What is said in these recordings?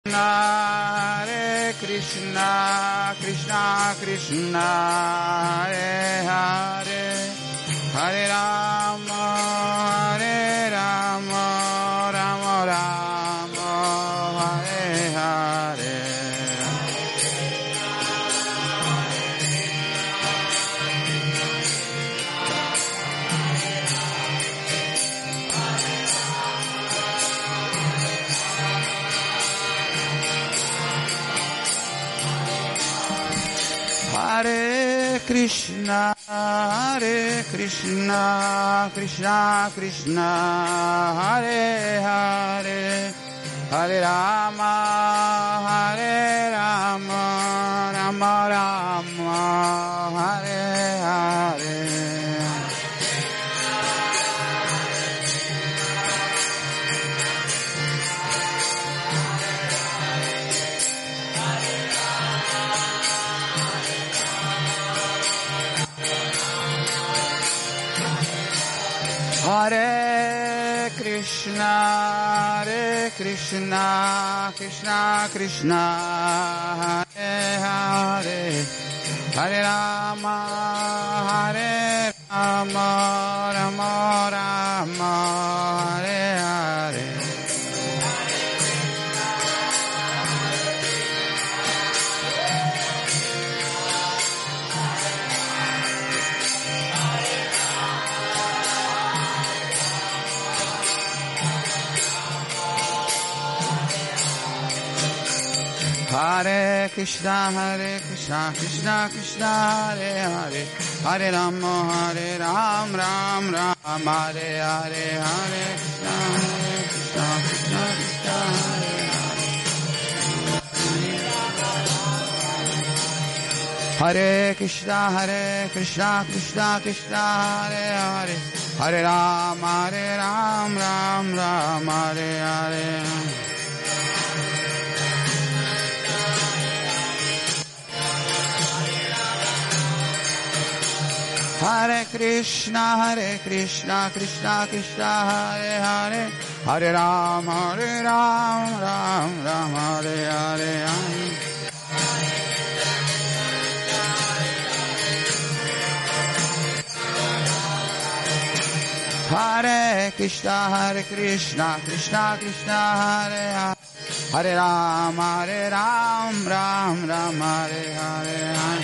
Hare Krishna, Krishna Krishna, Hare Hare, Hare Rama, Rama Rama, Hare Hare. Hare Krishna, Krishna Krishna, Hare Hare, Hare Rama, Rama Rama, Hare Hare. Hare Krishna, Krishna Krishna, Hare Hare, Hare Rama, Rama Rama, Hare Hare. Hare Krishna, Krishna Krishna, Hare Hare, Hare Rama, Ram Ram, Hare Hare, Hare Krishna, Krishna Krishna, Hare Krishna, Krishna Krishna, Hare Hare, Hare Rama, Ram Ram, Hare Hare. Hare Krishna, Krishna Krishna, Hare Hare, Hare Rama, Ram Ram, Hare Hare. Hare Krishna, Krishna Krishna, Hare Hare, Hare Rama, Ram Ram, Hare Hare.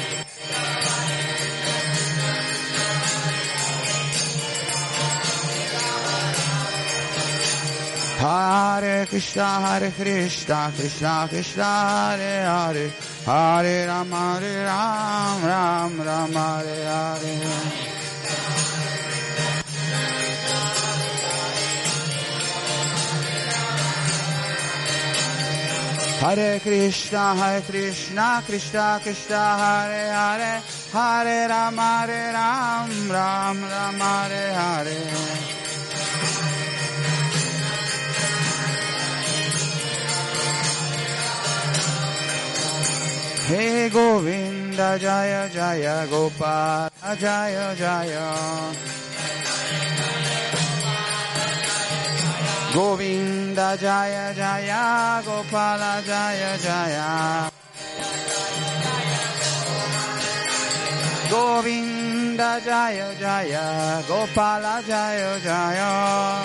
Hare Krishna, Krishna Krishna, Hare Hare, Hare Rama, Ram Ram, Hare Hare. Hare Krishna, Krishna Krishna, Hare Hare, Hare Rama, Ram Ram, Hare Hare. Hey Govinda, Jaya Jaya, Gopala, Jaya Jaya. Govinda, Jaya Jaya, Gopala, Jaya Jaya. Govinda, Jaya Jaya, Gopala, Jaya Jaya.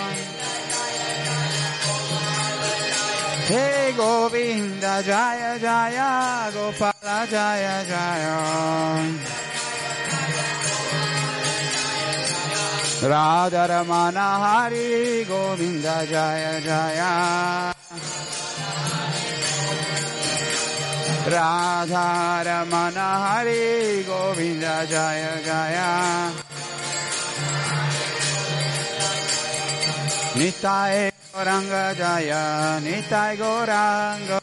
Hey Govinda, Jaya Jaya, Gopala, Jaya Jaya. Radha Ramana Hari, Govinda, Jaya Jaya. Radha Ramana Hari, Govinda, Jaya Jaya. Nitai Gauranga Jaya, Nitai Gauranga.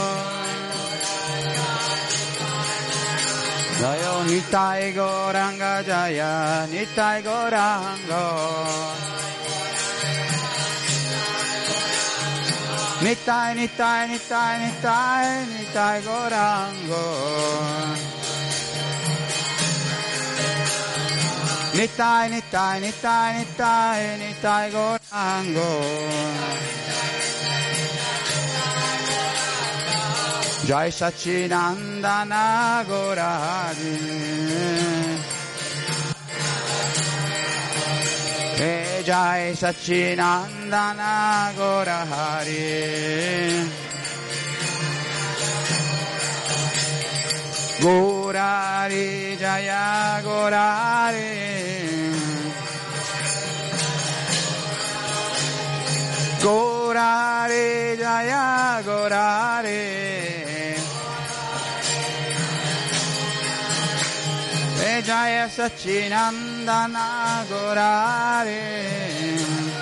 Jaya Nitai Gauranga Jaya, Nitai Gauranga. Nitai Gauranga. Nitai Gauranga. Jai Sachinandana Gaurahari Jai Sachinandana Gaurahari Gaurari Jaya Gaurari Gaurari Jaya Gaurari Jaya Sachinandana Gaurari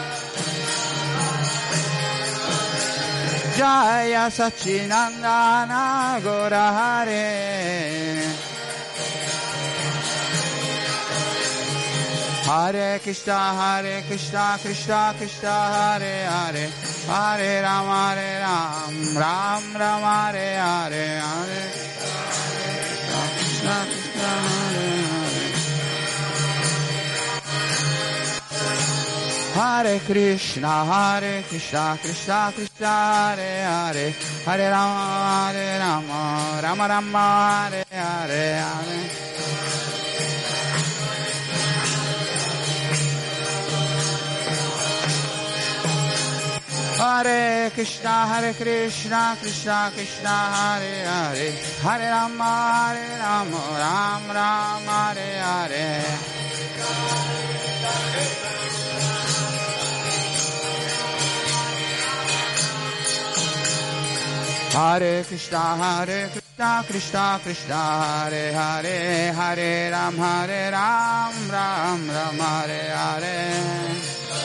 Jaya Sachinandana Gaurari Hare Krishna Krishna Krishna Hare Hare Hare Ram Ram Ram Hare Hare Hare Krishna Krishna Hare Hare Krishna Krishna Hare Hare Hare Ram Ram Ram Hare Hare Hare Hare Krishna Krishna Krishna Hare Hare Hare Ram Ram Ram Hare Hare Hare Krishna Krishna Hare Hare Hare Ram Ram Hare Hare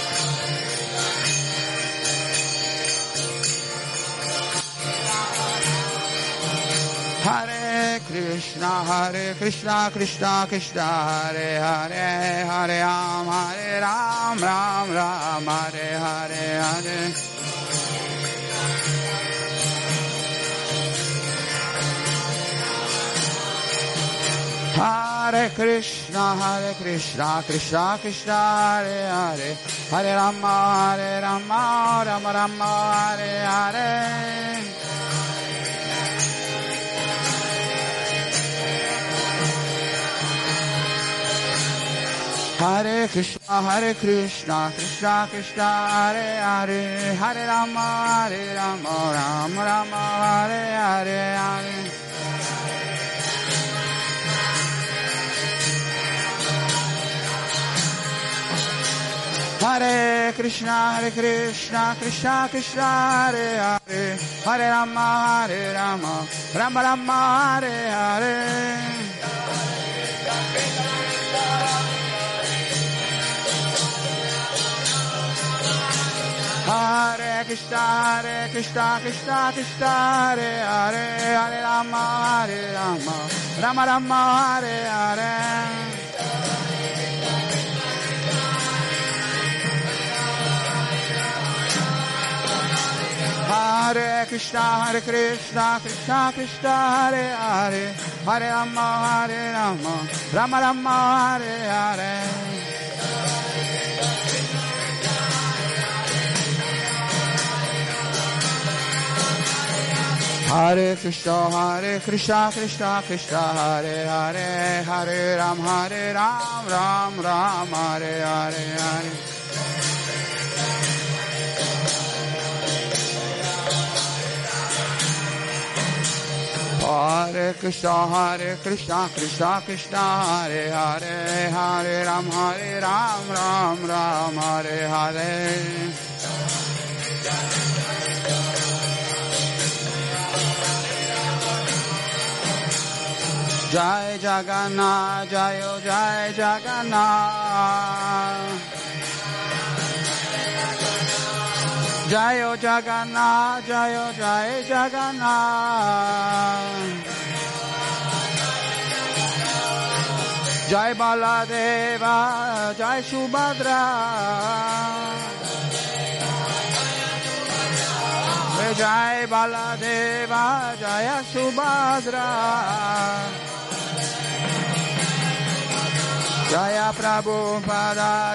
Hare Krishna Krishna Hare Hare Hare Ram Ram Hare Hare Hare Krishna Krishna Hare Hare Hare Rama Rama Hare Hare Hare Krishna Krishna Hare Hare Hare Rama Rama Hare Hare Hare Krishna Krishna Hare Hare Hare Rama Rama Hare Hare Hare Krishna Hare Hare Hare Rama Rama Hare Hare Hare Krishna Hare Hare Hare Rama Rama Hare Hare Hare Krishna Hare Hare Hare Ram Ram Hare Hare Hare Krishna Hare Hare Hare Ram Hare Hare Jai Jagannath Jai Jagannath Jai Jagannath Jai Jagannath Jai Baladeva Jai Subhadra Jai Baladeva Jai Subhadra Jaya Prabhupada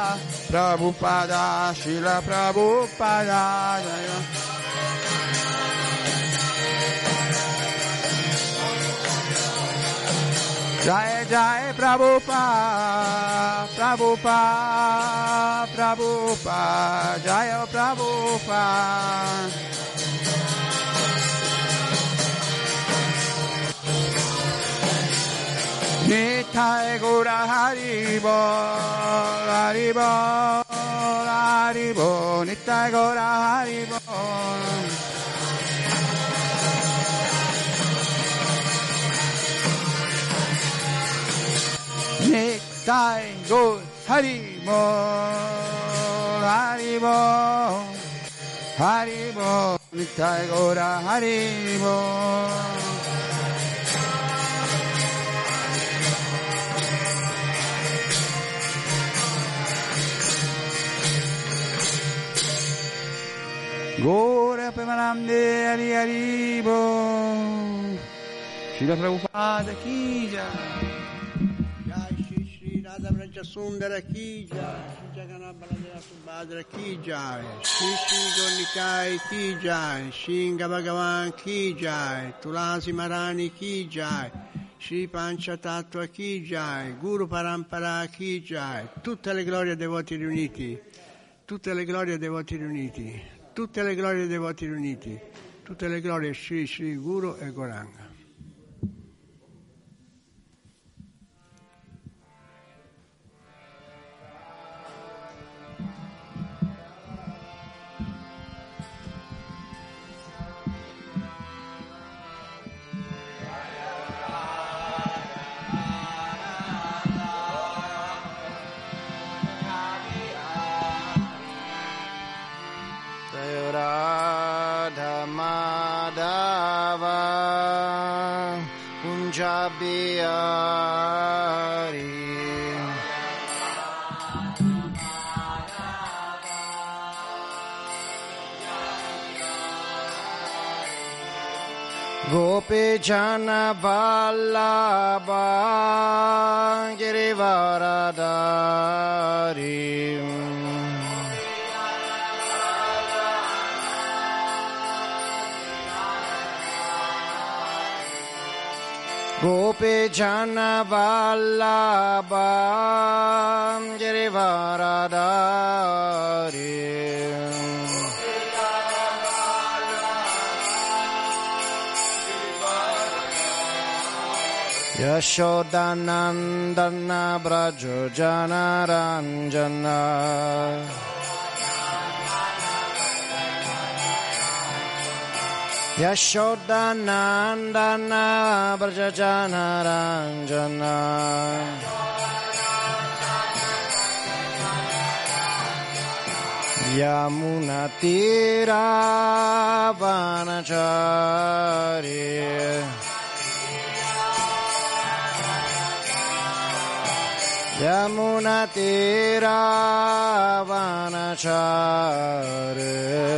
Prabhupada Srila Prabhupada Jaya Jai Jai Prabhupada, Prabhupada, Prabhupada, Jaya Prabhupada. Nitai Gora Haribol, Haribol, Haribol, Nitai Gora Haribol. Nitai Gora Haribol, Haribol, Haribol, Nitai Gora Haribol. Gora Premanande Hari Haribo Srila Prabhupada Ki Jai Jai Shri Shri Radha Vraja Sundara Ki Jai Shri Jagannath Baladeva Subhadra Ki Jai Shri Shri Gornikai Ki Jai Shinga Bhagavan Ki Jai Tulasi Marani Ki Jai Shri Panchatattva Ki Jai Guru Parampara Ki Jai tutte le glorie dei voti riuniti, tutte le glorie dei voti riuniti, tutte le glorie dei voti riuniti, tutte le glorie Shri Shri Guru e Goranga. Radha Madhava Kunjabiyari Gopi Jana Vallabha Girivaradari Gopi Jana Vallabha Girivaradari Yashodanandana Brajo Janaranjana Yashodanandana Braja Janaranjana Yamuna Tira Vanachari Yamuna Tira Vanachari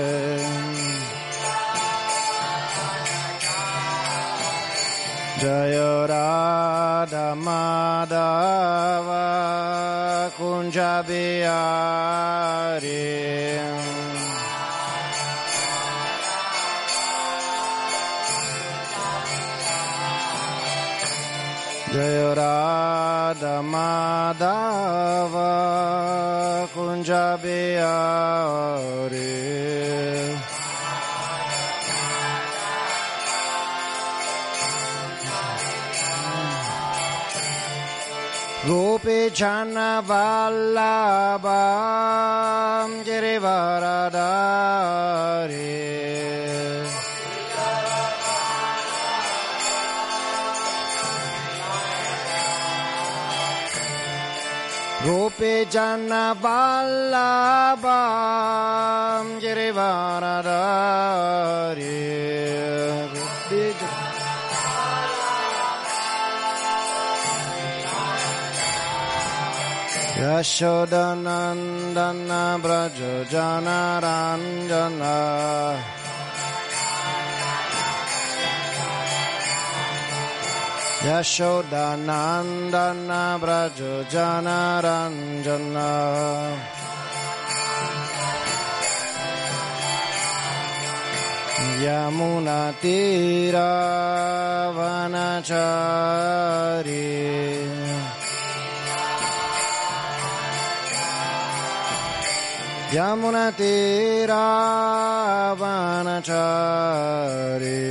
Jaya Radha Madhava Kunjabiyari Jaya Radha Madhava Kunjabiyari Gopi Jana Vallabha Girivaradari Gopi Jana Vallabha Girivaradari Yashodanandana Brajo Janaranjana Yashodanandana Brajo Janaranjana Yamunatira Vanachari Yamunatira Vanachari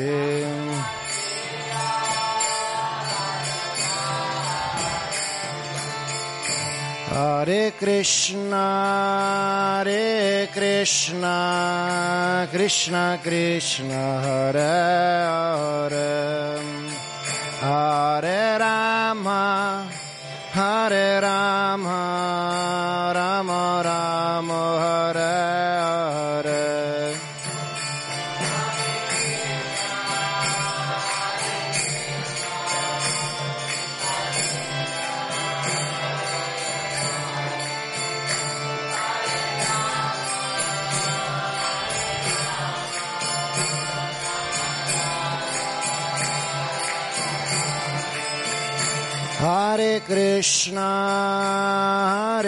Hare Krishna, Krishna Krishna, Hare Hare, Hare Rama, Hare Rama, Rama Rama, Hare Hare. Hare Krishna,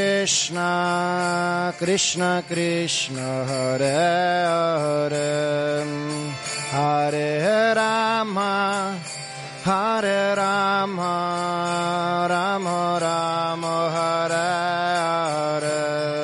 Krishna Krishna, Hare Hare, Hare Rama, Hare Rama, Rama Rama, Hare Hare.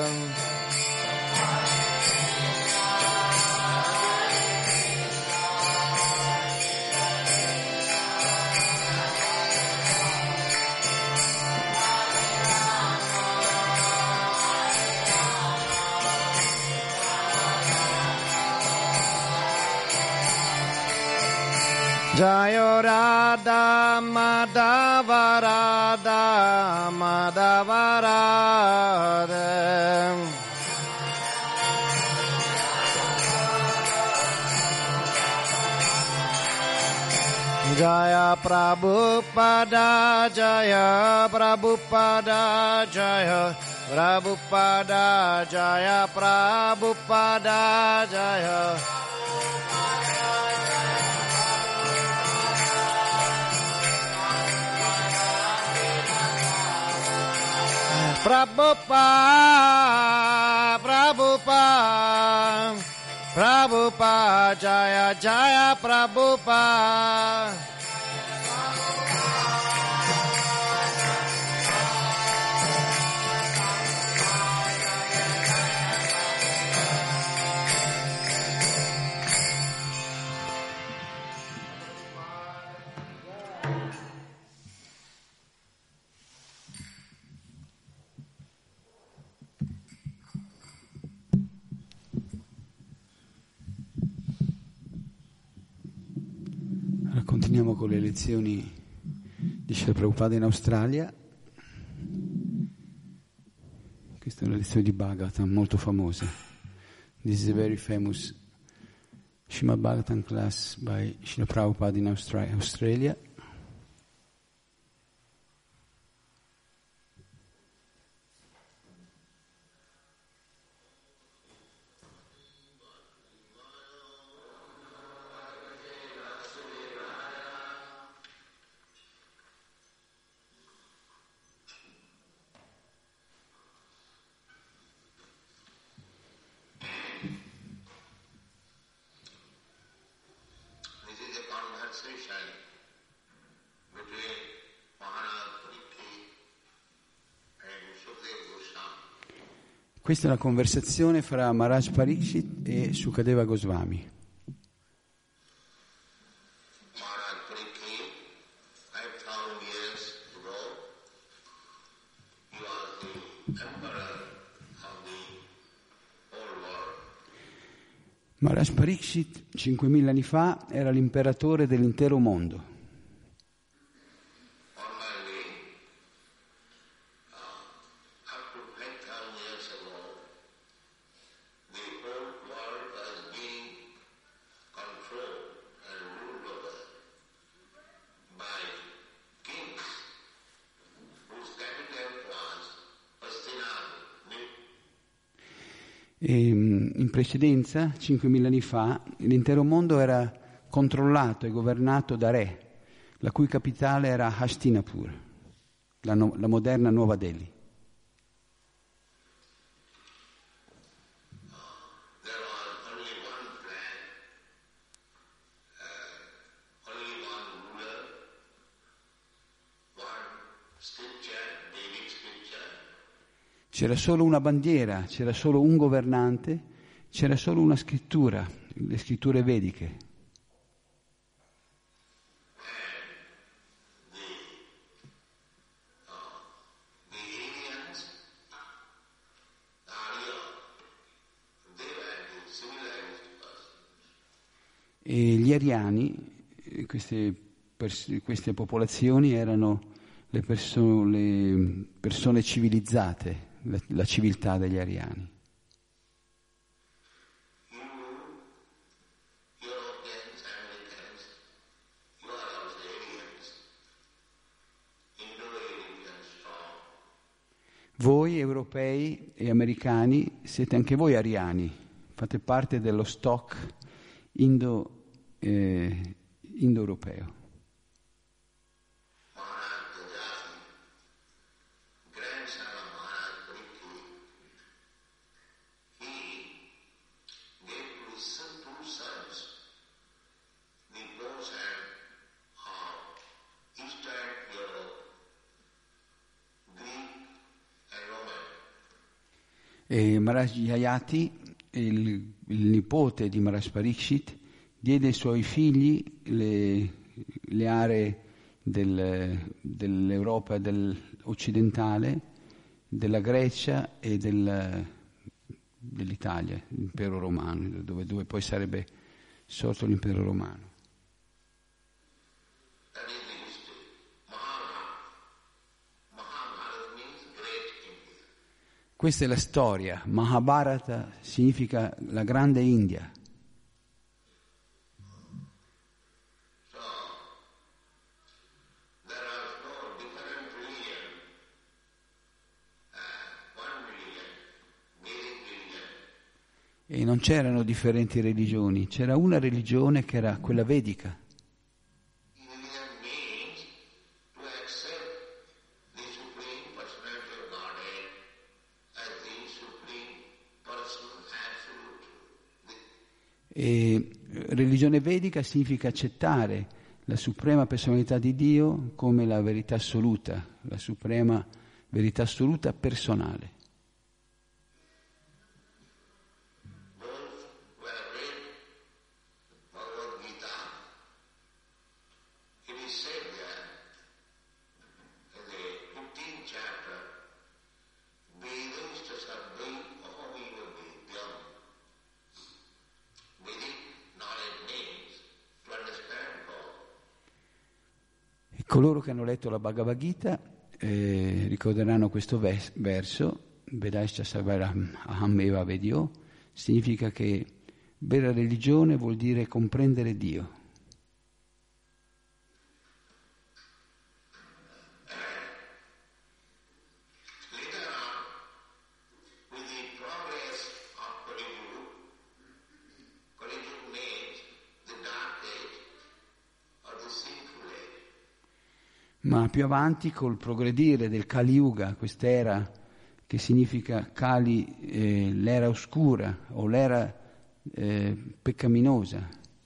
Jayo Radha Madhava Radha Madhava Radha Jaya Prabhupada Jaya Prabhupada Jaya Prabhupada Jaya Prabhupada Jaya Prabhupada, Prabhupada, Prabhupada, Jaya, Jaya, Prabhupada. Continuiamo con le lezioni di Srila Prabhupada in Australia. Questa è una lezione di Bhagavatam molto famosa. This is a very famous Srimad Bhagavatam class by Srila Prabhupada in Australia. Questa è una conversazione fra Maharaj Pariksit e Sukadeva Goswami. Maharaj Pariksit 5.000 anni fa era l'imperatore dell'intero mondo. In precedenza, 5.000 anni fa, l'intero mondo era controllato e governato da re, la cui capitale era Hastinapur, la moderna Nuova Delhi. C'era solo una bandiera, c'era solo un governante, c'era solo una scrittura, le scritture vediche. E gli ariani, queste popolazioni erano le persone civilizzate, la civiltà degli ariani. Voi europei e americani siete anche voi ariani, fate parte dello stock indoeuropeo. E Maharaj Yayati, il nipote di Maharaj Parikshit, diede ai suoi figli le aree dell'Europa occidentale, della Grecia e dell'Italia, l'impero romano, dove poi sarebbe sorto l'impero romano. Questa è la storia. Mahabharata significa la grande India. E non c'erano differenti religioni, c'era una religione che era quella vedica. E religione vedica significa accettare la suprema personalità di Dio come la verità assoluta, la suprema verità assoluta personale. Coloro che hanno letto la Bhagavad Gita ricorderanno questo verso, Vedaischa Sarvaram Aham Eva Vedyo, significa che vera religione vuol dire comprendere Dio. Ma più avanti, col progredire del Kali Yuga, quest'era che significa Kali, l'era oscura o l'era peccaminosa,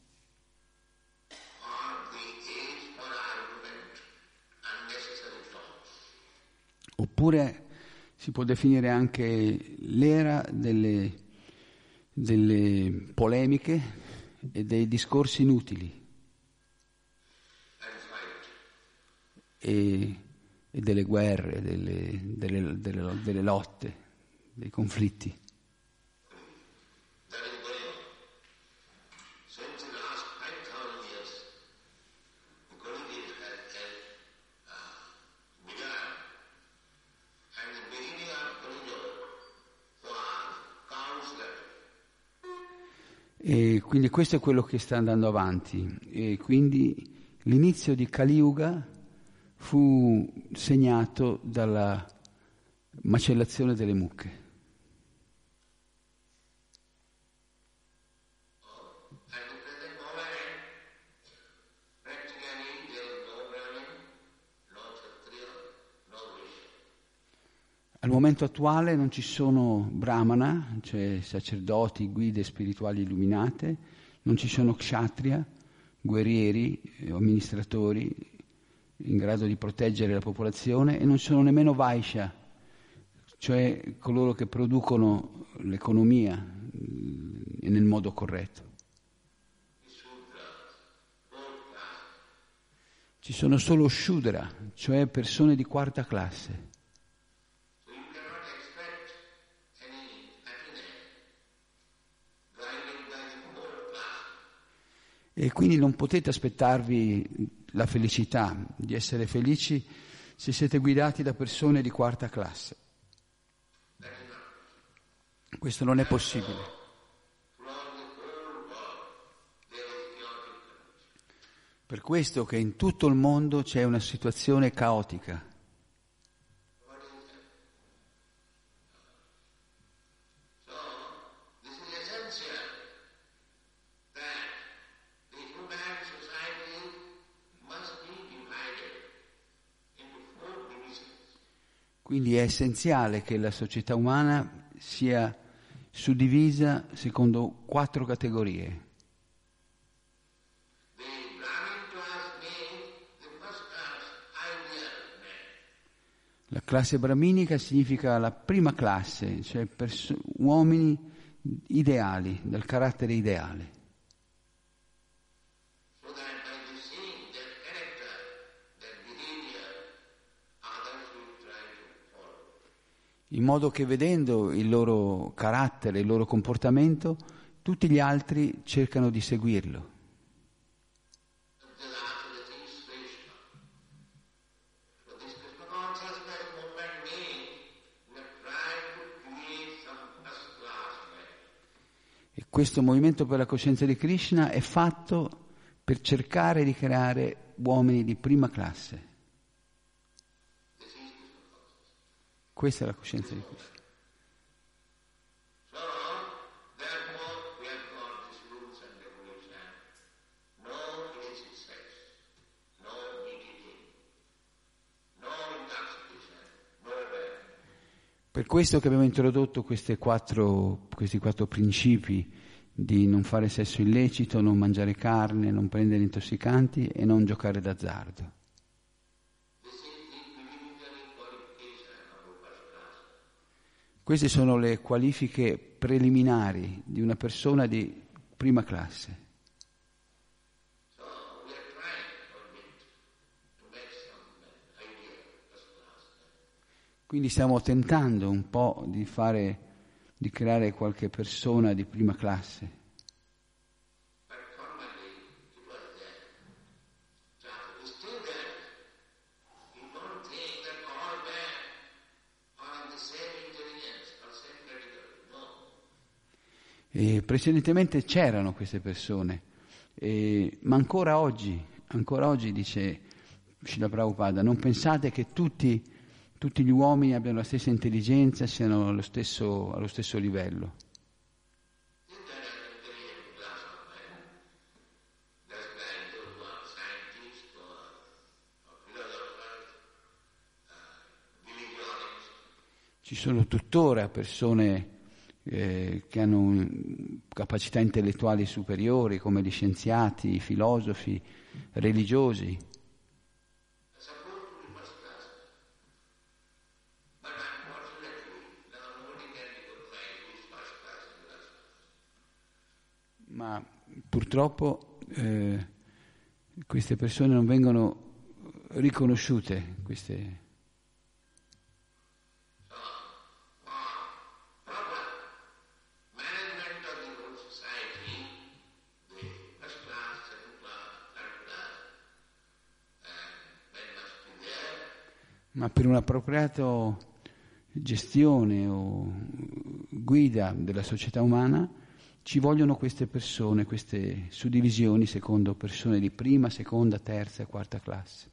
oppure si può definire anche l'era delle polemiche e dei discorsi inutili. E delle guerre, delle lotte, dei conflitti. E quindi questo è quello che sta andando avanti. E quindi l'inizio di Kali Yuga fu segnato dalla macellazione delle mucche. Al momento attuale non ci sono brahmana, cioè sacerdoti, guide spirituali illuminate, non ci sono kshatriya, guerrieri o amministratori in grado di proteggere la popolazione, e non sono nemmeno Vaishya, cioè coloro che producono l'economia nel modo corretto. Ci sono solo Shudra, cioè persone di quarta classe. E quindi non potete aspettarvi la felicità, di essere felici se siete guidati da persone di quarta classe. Questo non è possibile. Per questo che in tutto il mondo c'è una situazione caotica. Quindi è essenziale che la società umana sia suddivisa secondo 4 categorie. La classe brahminica significa la prima classe, cioè uomini ideali, dal carattere ideale. In modo che vedendo il loro carattere, il loro comportamento, tutti gli altri cercano di seguirlo. E questo movimento per la coscienza di Krishna è fatto per cercare di creare uomini di prima classe. Questa è la coscienza di Krishna. Per questo che abbiamo introdotto questi 4 principi di non fare sesso illecito, non mangiare carne, non prendere intossicanti e non giocare d'azzardo. Queste sono le qualifiche preliminari di una persona di prima classe. Quindi stiamo tentando un po' di creare qualche persona di prima classe. E precedentemente c'erano queste persone, ma ancora oggi dice Srila Prabhupada, non pensate che tutti gli uomini abbiano la stessa intelligenza, siano allo stesso livello. Ci sono tuttora persone che hanno capacità intellettuali superiori, come gli scienziati, i filosofi, religiosi. Ma purtroppo queste persone non vengono riconosciute, ma per un'appropriata gestione o guida della società umana ci vogliono queste persone, queste suddivisioni secondo persone di prima, seconda, terza e quarta classe.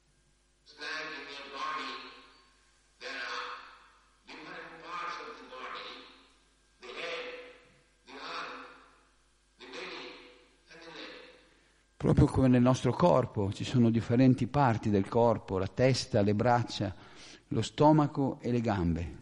Proprio come nel nostro corpo ci sono differenti parti del corpo, la testa, le braccia, lo stomaco e le gambe.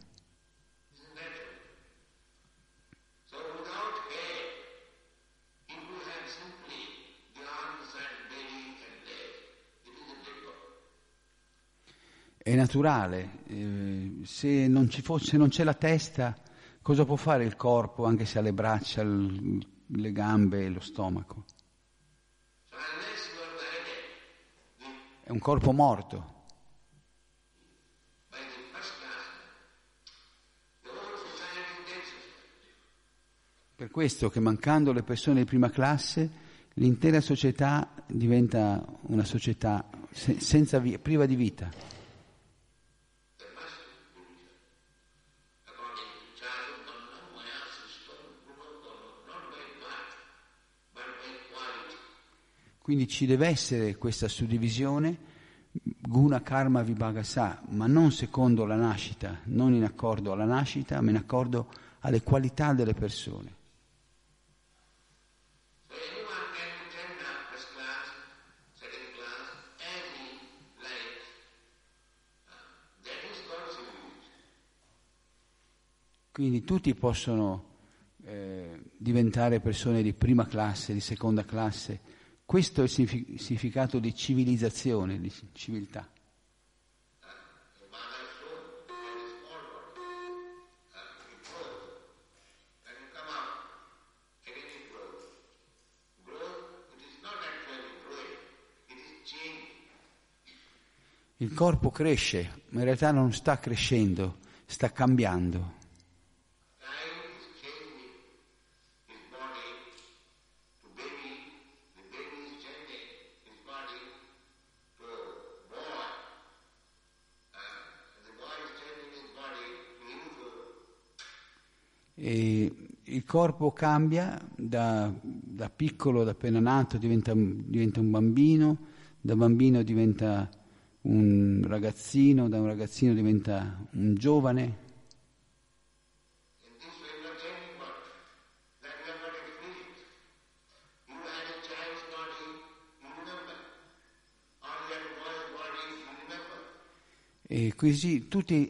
è naturale. Se non c'è la testa, cosa può fare il corpo, anche se ha le braccia, le gambe e lo stomaco? È un corpo morto. Per questo che mancando le persone di prima classe, l'intera società diventa una società priva di vita. Quindi ci deve essere questa suddivisione, guna, karma, vibhagasa, ma non secondo la nascita, non in accordo alla nascita, ma in accordo alle qualità delle persone. Quindi tutti possono diventare persone di prima classe, di seconda classe. Questo è il significato di civilizzazione, di civiltà. Il corpo cresce, ma in realtà non sta crescendo, sta cambiando. E il corpo cambia da piccolo, da appena nato diventa un bambino, da bambino diventa un ragazzino, da un ragazzino diventa un giovane. E così tutti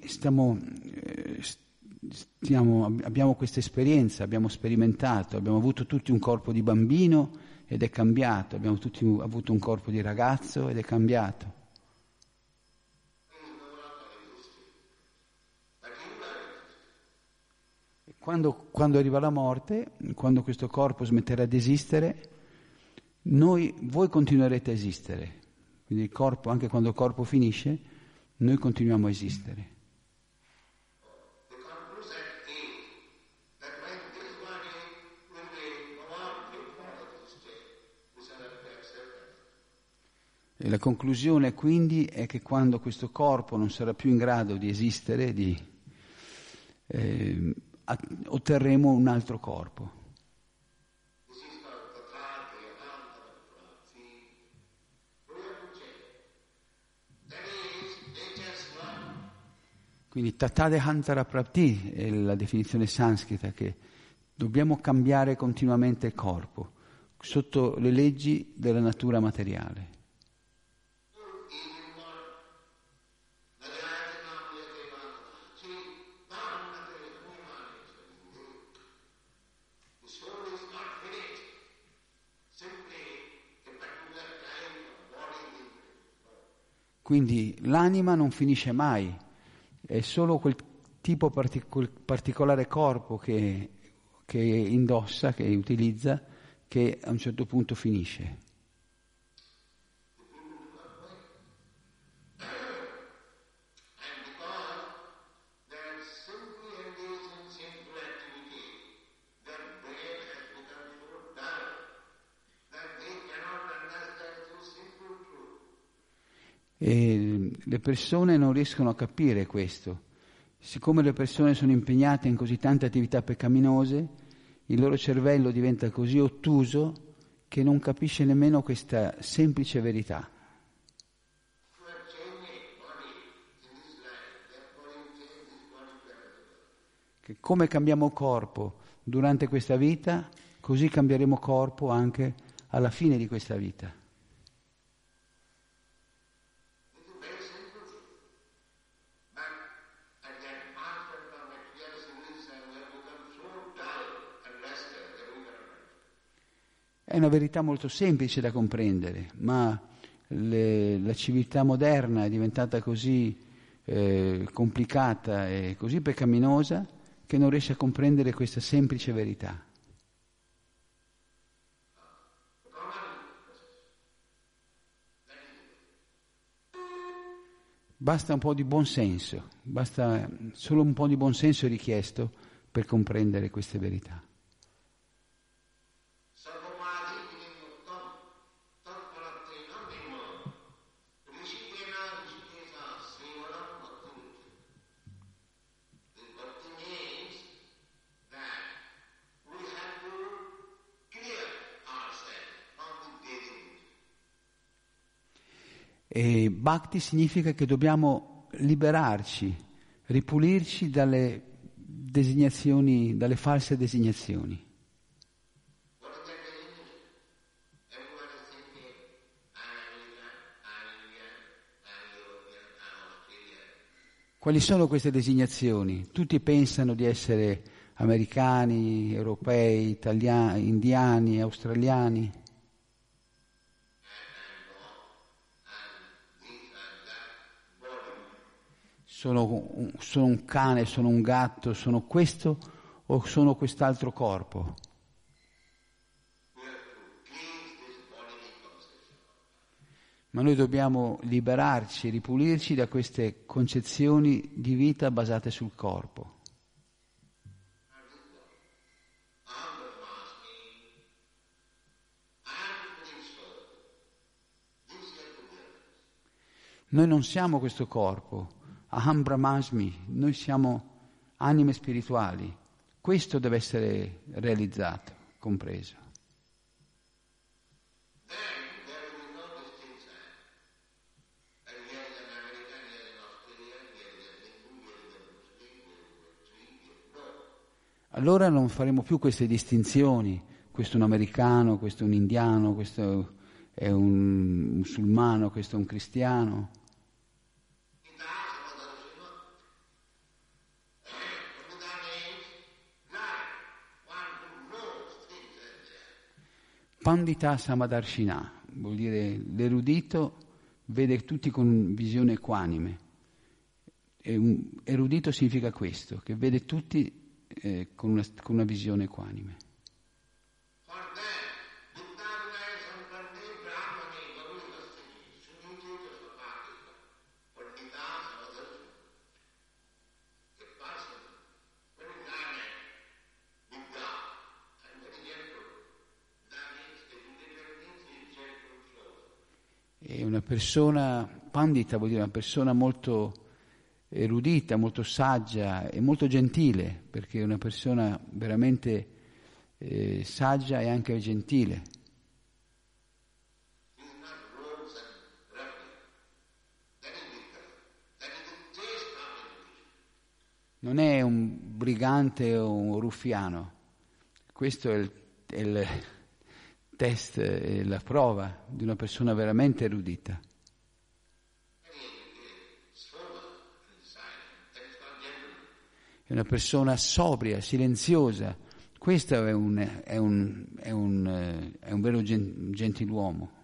abbiamo questa esperienza, abbiamo sperimentato, abbiamo avuto tutti un corpo di bambino ed è cambiato, abbiamo tutti avuto un corpo di ragazzo ed è cambiato. E quando arriva la morte, quando questo corpo smetterà di esistere, voi continuerete a esistere. Quindi il corpo, anche quando il corpo finisce, noi continuiamo a esistere. E la conclusione quindi è che quando questo corpo non sarà più in grado di esistere, otterremo un altro corpo. Quindi tatade hantara prapti è la definizione sanscrita, che dobbiamo cambiare continuamente il corpo sotto le leggi della natura materiale. Quindi l'anima non finisce mai, è solo quel tipo particolare corpo che indossa, che utilizza, che a un certo punto finisce. E le persone non riescono a capire questo. Siccome le persone sono impegnate in così tante attività peccaminose, il loro cervello diventa così ottuso che non capisce nemmeno questa semplice verità. Che come cambiamo corpo durante questa vita, così cambieremo corpo anche alla fine di questa vita. È una verità molto semplice da comprendere, ma la civiltà moderna è diventata così complicata e così peccaminosa che non riesce a comprendere questa semplice verità. Basta un po' di buonsenso, basta solo un po' di buonsenso richiesto per comprendere queste verità. E bhakti significa che dobbiamo liberarci, ripulirci dalle designazioni, dalle false designazioni. Quali sono queste designazioni? Tutti pensano di essere americani, europei, italiani, indiani, australiani. Sono un cane, sono un gatto, sono questo o sono quest'altro corpo? Ma noi dobbiamo liberarci, ripulirci da queste concezioni di vita basate sul corpo. Noi non siamo questo corpo. Aham Brahmasmi, noi siamo anime spirituali. Questo deve essere realizzato, compreso. Allora non faremo più queste distinzioni. Questo è un americano, questo è un indiano, questo è un musulmano, questo è un cristiano. Pandita Samadarshina, vuol dire l'erudito vede tutti con visione equanime. Erudito significa questo, che vede tutti con una visione equanime. E una persona pandita vuol dire una persona molto erudita, molto saggia e molto gentile, perché è una persona veramente saggia e anche gentile. Non è un brigante o un ruffiano. Questo è il test, è la prova di una persona veramente erudita. È una persona sobria, silenziosa. Questo è un vero gentiluomo.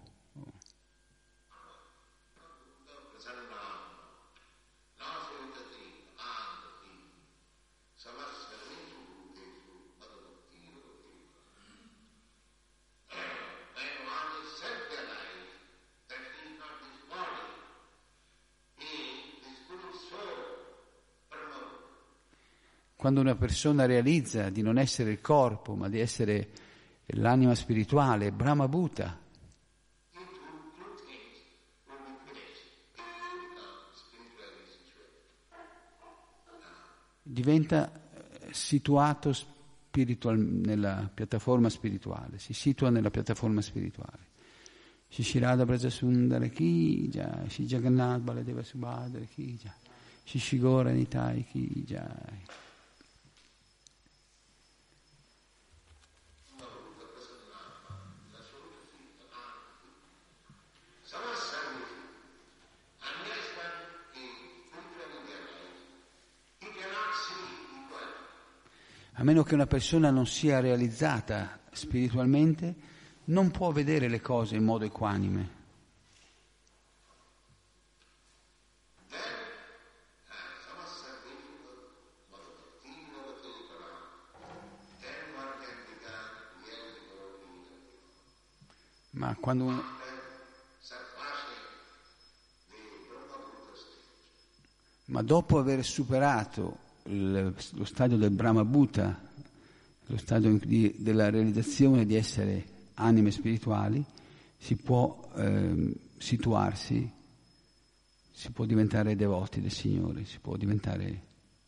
Quando una persona realizza di non essere il corpo, ma di essere l'anima spirituale, Brahma Bhuta, diventa situato nella piattaforma spirituale, si situa nella piattaforma spirituale. Shri Radha Brajasundara Ki Jai, Shri Jagannath Baladeva Subhadra Ki Jai, Shri Gaura Nitai Ki Jai. A meno che una persona non sia realizzata spiritualmente, non può vedere le cose in modo equanime. Ma quando ma dopo aver superato lo stadio del Brahma Bhuta, lo stadio della realizzazione di essere anime spirituali, si può situarsi, si può diventare devoti del Signore, si può diventare...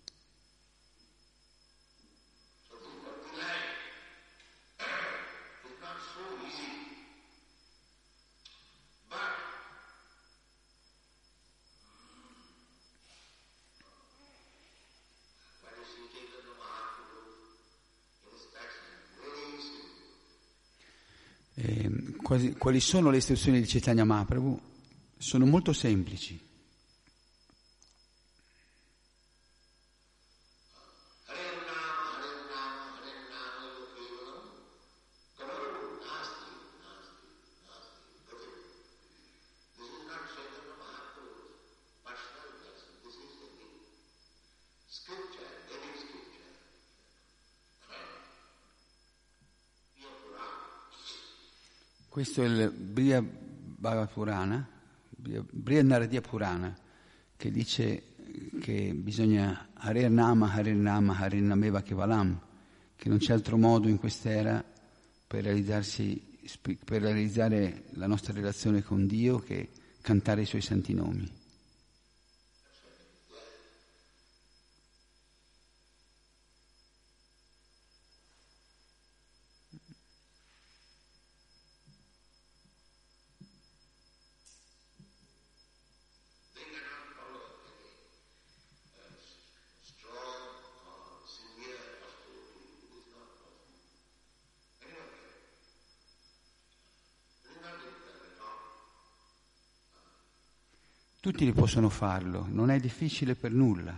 Quali sono le istruzioni di Chaitanya Mahaprabhu? Sono molto semplici. Questo è il Briha Bhagavata Briha Naradiya Purana, che dice che bisogna Hare Nama, Hare Nameva Kevalam, che non c'è altro modo in quest'era per realizzare la nostra relazione con Dio che cantare i Suoi santi nomi. Tutti li possono farlo, non è difficile per nulla.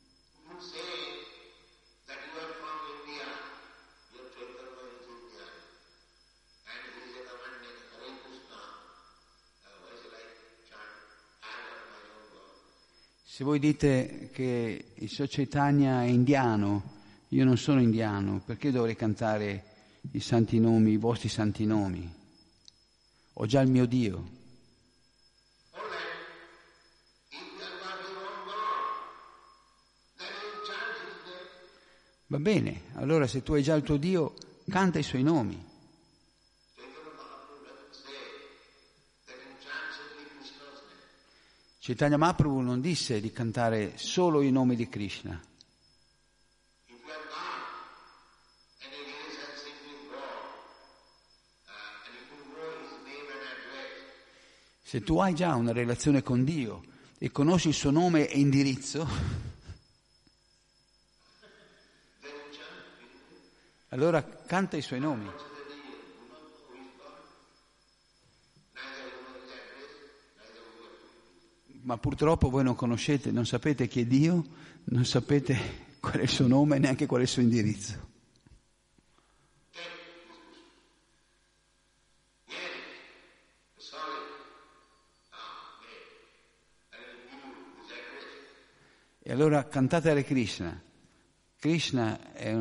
Se voi dite che il Sri Chaitanya è indiano, io non sono indiano, perché dovrei cantare i santi nomi, i vostri santi nomi? Ho già il mio Dio. Va bene, allora se tu hai già il tuo Dio, canta i Suoi nomi. Chaitanya Mahaprabhu non disse di cantare solo i nomi di Krishna. Se tu hai già una relazione con Dio e conosci il suo nome e indirizzo, allora canta i Suoi nomi. Ma purtroppo voi non conoscete, non sapete chi è Dio, non sapete qual è il suo nome e neanche qual è il suo indirizzo. E allora cantate Hare Krishna. Krishna è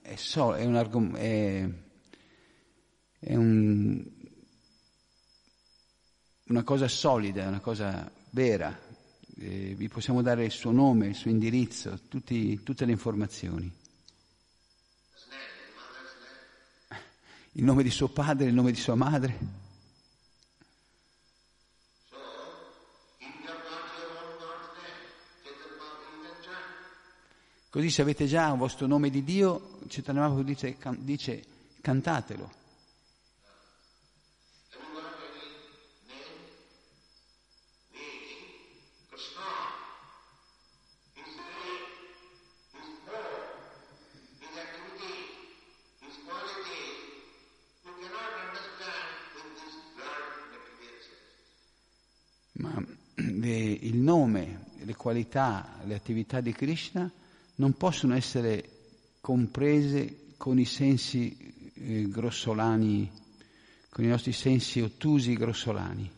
una cosa solida, è una cosa vera. Vi possiamo dare il suo nome, il suo indirizzo, tutte le informazioni. Il nome di suo padre, il nome di sua madre. Così se avete già un vostro nome di Dio, Chaitanya Mahaprabhu dice cantatelo. Ma il nome, le qualità, le attività di Krishna non possono essere comprese con i sensi grossolani, con i nostri sensi ottusi grossolani.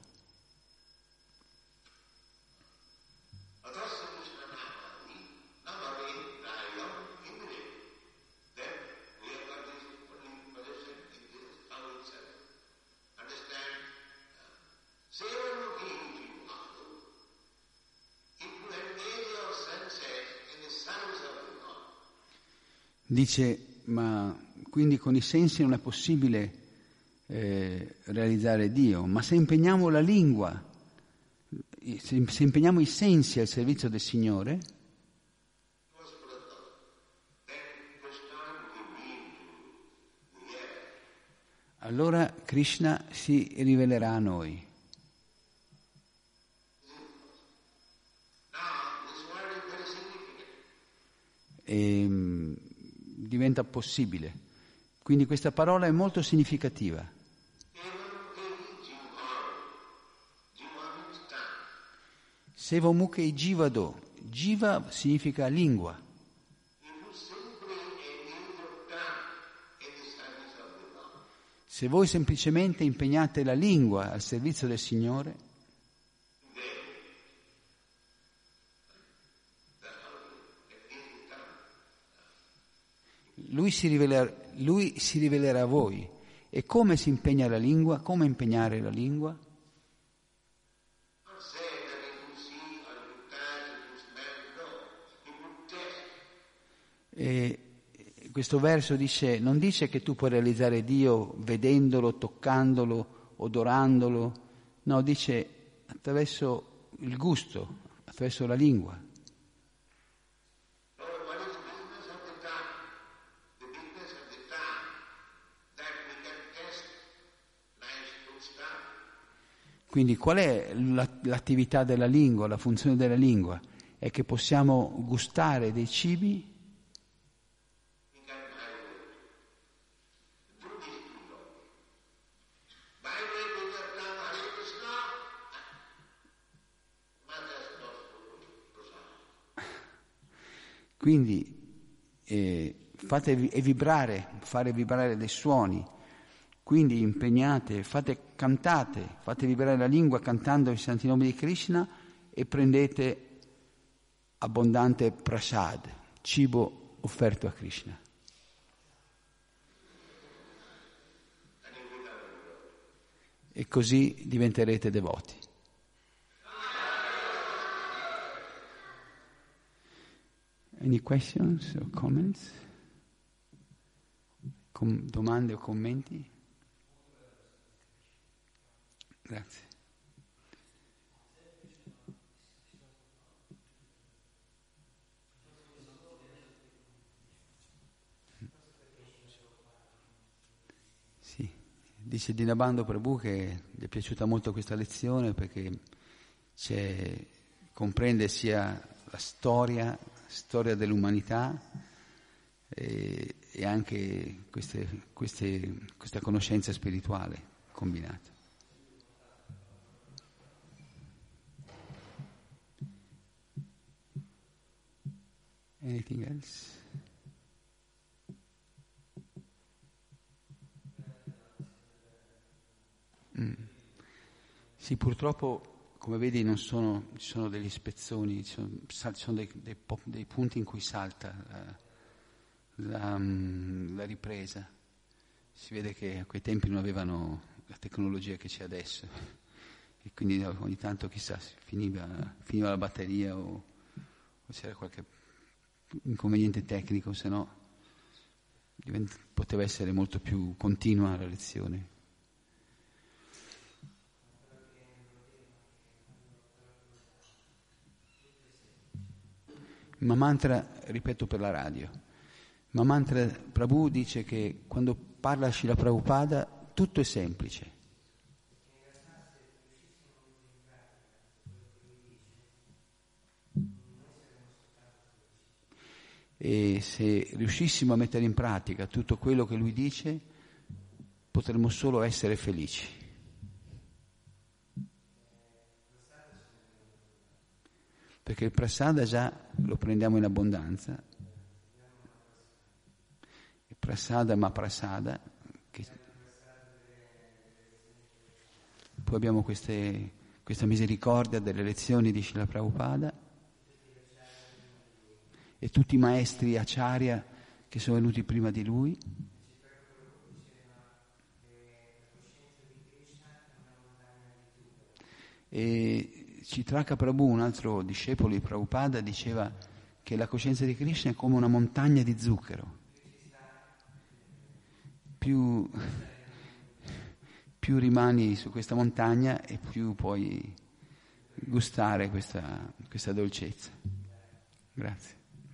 Dice, ma quindi con i sensi non è possibile realizzare Dio, ma se impegniamo la lingua, se impegniamo i sensi al servizio del Signore, allora Krishna si rivelerà a noi. E diventa possibile. Quindi questa parola è molto significativa. Sevamukhe Jivado. Jiva significa lingua. Se voi semplicemente impegnate la lingua al servizio del Signore, Lui si rivelerà a voi. E come si impegna la lingua? Come impegnare la lingua? E questo verso non dice che tu puoi realizzare Dio vedendolo, toccandolo, odorandolo, no, dice attraverso il gusto, attraverso la lingua. Quindi qual è l'attività della lingua, la funzione della lingua? È che possiamo gustare dei cibi quindi fare vibrare dei suoni. Quindi impegnate, cantate, fate vibrare la lingua cantando i santi nomi di Krishna e prendete abbondante prasad, cibo offerto a Krishna. E così diventerete devoti. Any questions or comments? Domande o commenti? Grazie. Sì, dice Dinabando Prabhu che gli è piaciuta molto questa lezione perché comprende sia la storia dell'umanità e anche questa conoscenza spirituale combinata. Anything else? Sì, purtroppo, come vedi, ci sono degli spezzoni, ci sono dei punti in cui salta la ripresa. Si vede che a quei tempi non avevano la tecnologia che c'è adesso e quindi ogni tanto chissà finiva la batteria o c'era qualche inconveniente tecnico, se no poteva essere molto più continua la lezione. Mahamantra, ripeto per la radio, Mahamantra Prabhu dice che quando parla Srila Prabhupada tutto è semplice. E se riuscissimo a mettere in pratica tutto quello che lui dice, potremmo solo essere felici. Perché il prasada già lo prendiamo in abbondanza. Il prasada ma prasada. Poi abbiamo questa misericordia delle lezioni di Srila Prabhupada. E tutti i maestri acharya che sono venuti prima di lui. E Chitraka Prabhu, un altro discepolo di Prabhupada, diceva che la coscienza di Krishna è come una montagna di zucchero. più rimani su questa montagna e più puoi gustare questa dolcezza. Grazie.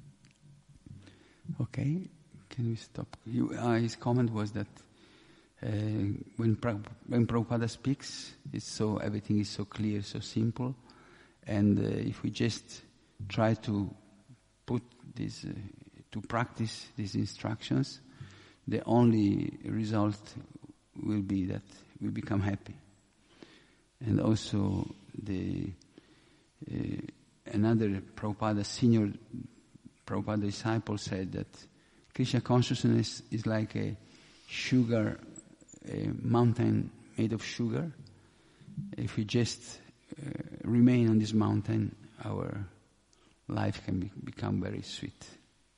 Ok, can we stop? His comment was that when Prabhupada speaks, everything is so clear, so simple, and if we just try to put this, to practice these instructions, the only result will be that we become happy. And also another senior Prabhupada disciple said that Krishna consciousness is like a mountain made of sugar. If we just remain on this mountain, our life can become very sweet.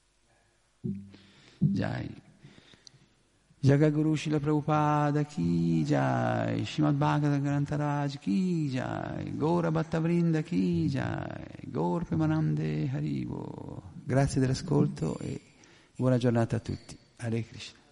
Jai. Jagaguru Srila Prabhupada ki jai, Srimad Bhagavatam Grantaraj ki jai, Gaura Bhatta Vrinda ki jai, Gaur Premanande Haribo. Grazie dell'ascolto e buona giornata a tutti. Hare Krishna.